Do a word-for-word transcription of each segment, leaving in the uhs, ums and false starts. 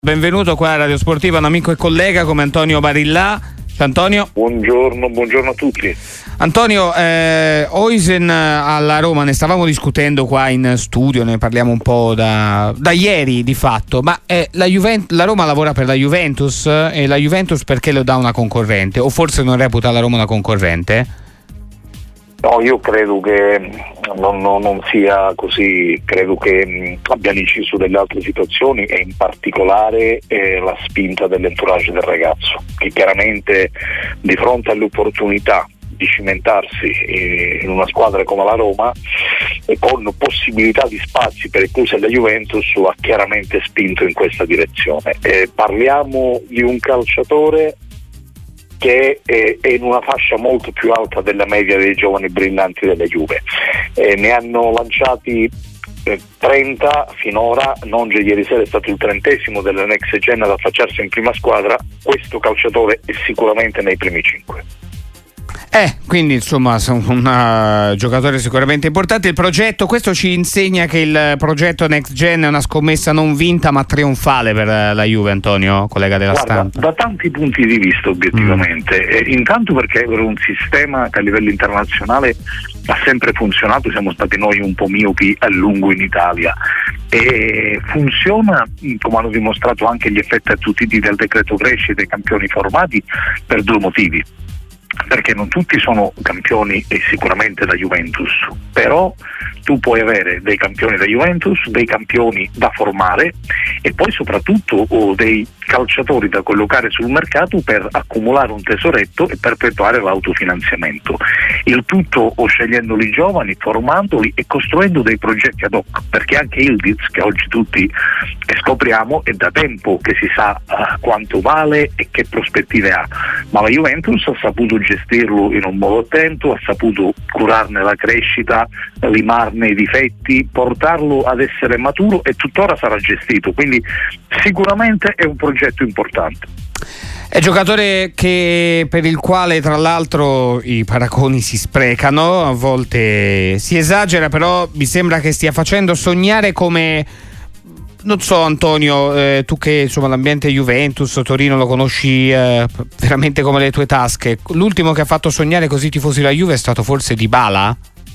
Benvenuto qua a Radio Sportiva, un amico e collega come Antonio Barillà. Ciao Antonio. Buongiorno, buongiorno a tutti. Antonio, eh, Huijsen alla Roma, ne stavamo discutendo qua in studio, ne parliamo un po' da, da ieri di fatto, ma eh, la, Juvent- la Roma lavora per la Juventus e la Juventus perché lo dà una concorrente? O forse non reputa la Roma una concorrente? No, io credo che non, non, non sia così, credo che mh, abbiano inciso delle altre situazioni e in particolare eh, la spinta dell'entourage del ragazzo, che chiaramente di fronte all'opportunità di cimentarsi eh, in una squadra come la Roma e con possibilità di spazi per il club della Juventus ha chiaramente spinto in questa direzione. Eh, parliamo di un calciatore che è in una fascia molto più alta della media dei giovani brillanti della Juve. Eh, ne hanno lanciati eh, trenta finora, Nonge ieri sera è stato il trentesimo della Next Gen ad affacciarsi in prima squadra, questo calciatore è sicuramente nei primi cinque. Eh, quindi insomma un uh, giocatore sicuramente importante. Il progetto, questo ci insegna che il progetto Next Gen è una scommessa non vinta ma trionfale per la Juve, Antonio, collega della Guarda, stampa. Da tanti punti di vista obiettivamente, mm. eh, intanto perché era un sistema che a livello internazionale ha sempre funzionato, siamo stati noi un po' miopi a lungo in Italia e funziona, come hanno dimostrato anche gli effetti attutiti del decreto crescita dei campioni formati, per due motivi. Perché non tutti sono campioni e sicuramente da Juventus, però tu puoi avere dei campioni da Juventus, dei campioni da formare e poi soprattutto oh, dei calciatori da collocare sul mercato per accumulare un tesoretto e perpetuare l'autofinanziamento. Il tutto o scegliendoli giovani, formandoli e costruendo dei progetti ad hoc, perché anche Yildiz, che oggi tutti scopriamo, è da tempo che si sa uh, quanto vale e che prospettive ha, ma la Juventus ha saputo gestirlo in un modo attento, ha saputo curarne la crescita, limarne i difetti, portarlo ad essere maturo e tuttora sarà gestito, quindi sicuramente è un progetto importante. È giocatore che, per il quale tra l'altro i paragoni si sprecano, a volte si esagera, però mi sembra che stia facendo sognare come, non so Antonio, eh, tu che insomma l'ambiente Juventus, Torino lo conosci eh, veramente come le tue tasche, l'ultimo che ha fatto sognare così i tifosi della Juve è stato forse Dybala?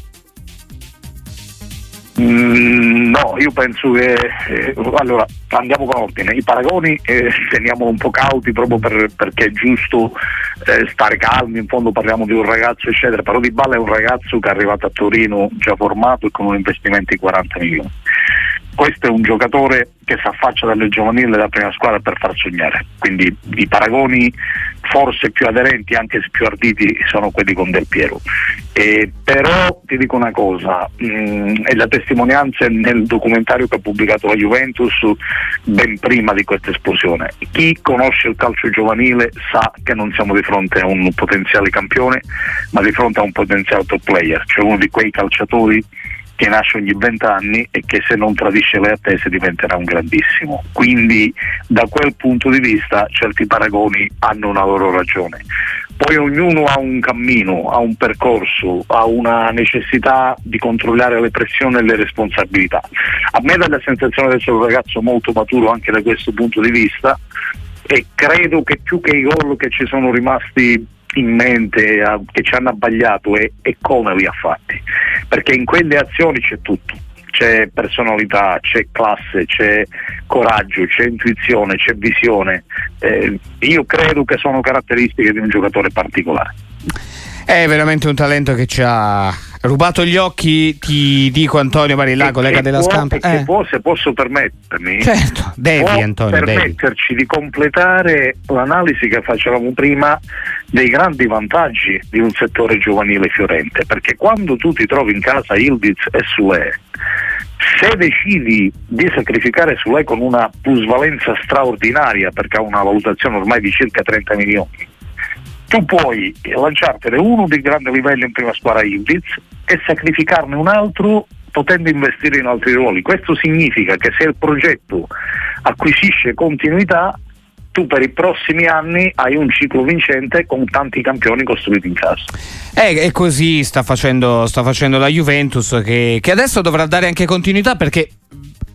Mm, no, io penso che eh, allora andiamo con ordine, i paragoni eh, teniamo un po' cauti proprio per, perché è giusto eh, stare calmi, in fondo parliamo di un ragazzo eccetera, però Dybala è un ragazzo che è arrivato a Torino già formato e con un investimento di quaranta milioni. Questo è un giocatore che si affaccia dalle giovanili della prima squadra per far sognare, quindi i paragoni forse più aderenti, anche se più arditi, sono quelli con Del Piero. Eh, però ti dico una cosa, mh, e la testimonianza è nel documentario che ha pubblicato la Juventus ben prima di questa esplosione. Chi conosce il calcio giovanile sa che non siamo di fronte a un potenziale campione, ma di fronte a un potenziale top player, cioè uno di quei calciatori che nasce ogni vent'anni e che se non tradisce le attese diventerà un grandissimo. Quindi da quel punto di vista certi paragoni hanno una loro ragione. Poi ognuno ha un cammino, ha un percorso, ha una necessità di controllare le pressioni e le responsabilità. A me dà la sensazione di essere un ragazzo molto maturo anche da questo punto di vista e credo che più che i gol che ci sono rimasti in mente, che ci hanno abbagliato e, e come li ha fatti, perché in quelle azioni c'è tutto, c'è personalità, c'è classe, c'è coraggio, c'è intuizione, c'è visione, eh, io credo che sono caratteristiche di un giocatore particolare. È veramente un talento che ci ha rubato gli occhi, ti dico Antonio Barillà, collega della può, stampa. Che eh. può, se posso permettermi, certo, devi può Antonio, permetterci devi. di completare l'analisi che facevamo prima dei grandi vantaggi di un settore giovanile fiorente, perché quando tu ti trovi in casa Yildiz e Sule, se decidi di sacrificare Sule con una plusvalenza straordinaria, perché ha una valutazione ormai di circa trenta milioni, tu puoi lanciartene uno di grande livello in prima squadra Yildiz e sacrificarne un altro potendo investire in altri ruoli. Questo significa che se il progetto acquisisce continuità, tu per i prossimi anni hai un ciclo vincente con tanti campioni costruiti in casa. Eh, e così sta facendo, sta facendo la Juventus, che, che adesso dovrà dare anche continuità, perché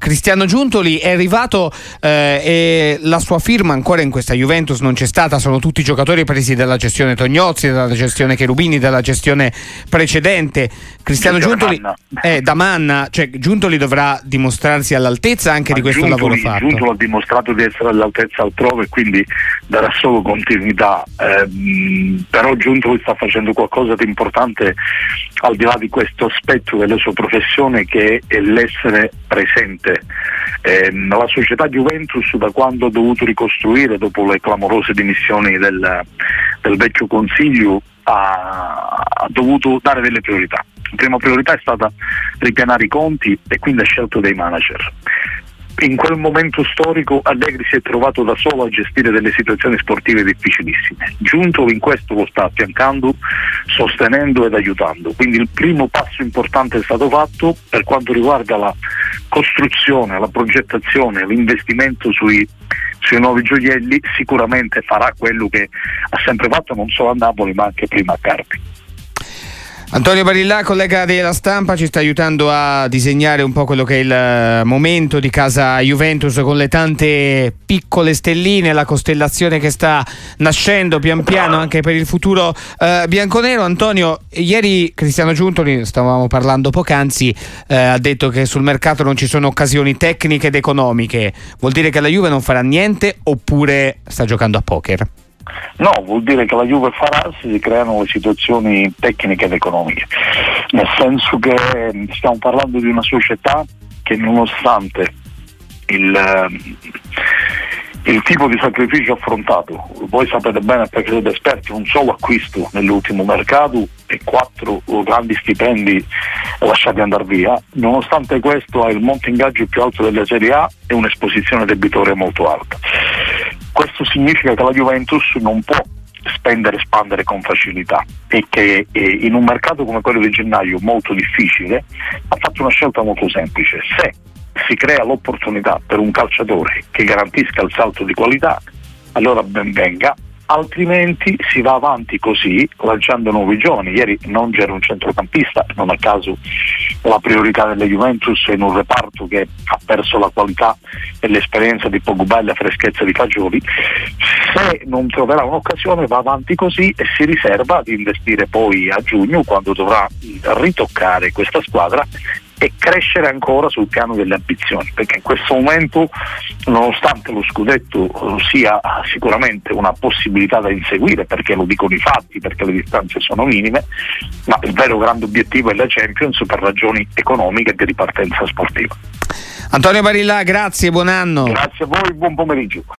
Cristiano Giuntoli è arrivato eh, e la sua firma ancora in questa Juventus non c'è stata, sono tutti giocatori presi dalla gestione Tognozzi, dalla gestione Cherubini, dalla gestione precedente. Cristiano Giuntoli è da Manna, cioè Giuntoli dovrà dimostrarsi all'altezza anche Ma di questo Giuntoli, lavoro fatto. Giuntoli ha dimostrato di essere all'altezza altrove, quindi darà solo continuità, eh, però Giuntoli sta facendo qualcosa di importante al di là di questo aspetto della sua professione, che è l'essere presente. Eh, la società Juventus, da quando ha dovuto ricostruire dopo le clamorose dimissioni del, del vecchio consiglio, ha, ha dovuto dare delle priorità. La prima priorità è stata ripianare i conti e quindi ha scelto dei manager. In quel momento storico Allegri si è trovato da solo a gestire delle situazioni sportive difficilissime. Giuntoli in questo lo sta affiancando, sostenendo ed aiutando. Quindi il primo passo importante è stato fatto per quanto riguarda la costruzione, la progettazione, l'investimento sui, sui nuovi gioielli. Sicuramente farà quello che ha sempre fatto non solo a Napoli ma anche prima a Carpi. Antonio Barilla, collega della Stampa, ci sta aiutando a disegnare un po' quello che è il momento di casa Juventus, con le tante piccole stelline, la costellazione che sta nascendo pian piano anche per il futuro eh, bianconero. Antonio, ieri Cristiano Giuntoli, stavamo parlando poc'anzi, eh, ha detto che sul mercato non ci sono occasioni tecniche ed economiche. Vuol dire che la Juve non farà niente oppure sta giocando a poker? No, vuol dire che la Juve farà se si creano le situazioni tecniche ed economiche, nel senso che stiamo parlando di una società che, nonostante il, il tipo di sacrificio affrontato, voi sapete bene perché siete esperti, un solo acquisto nell'ultimo mercato e quattro grandi stipendi lasciati andare via, nonostante questo ha il monte ingaggio più alto della Serie A e un'esposizione debitoria molto alta. Questo significa che la Juventus non può spendere e spandere con facilità e che eh, in un mercato come quello di gennaio molto difficile ha fatto una scelta molto semplice. Se si crea l'opportunità per un calciatore che garantisca il salto di qualità, allora ben venga, altrimenti si va avanti così lanciando nuovi giovani. Ieri non c'era un centrocampista, non a caso la priorità delle Juventus è in un reparto che ha perso la qualità e l'esperienza di Pogba e la freschezza di Fagioli. Se non troverà un'occasione va avanti così e si riserva di investire poi a giugno, quando dovrà ritoccare questa squadra e crescere ancora sul piano delle ambizioni, perché in questo momento, nonostante lo scudetto sia sicuramente una possibilità da inseguire, perché lo dicono i fatti, perché le distanze sono minime, ma il vero grande obiettivo è la Champions per ragioni economiche e di ripartenza sportiva. Antonio Barilla, grazie, buon anno. Grazie a voi, buon pomeriggio.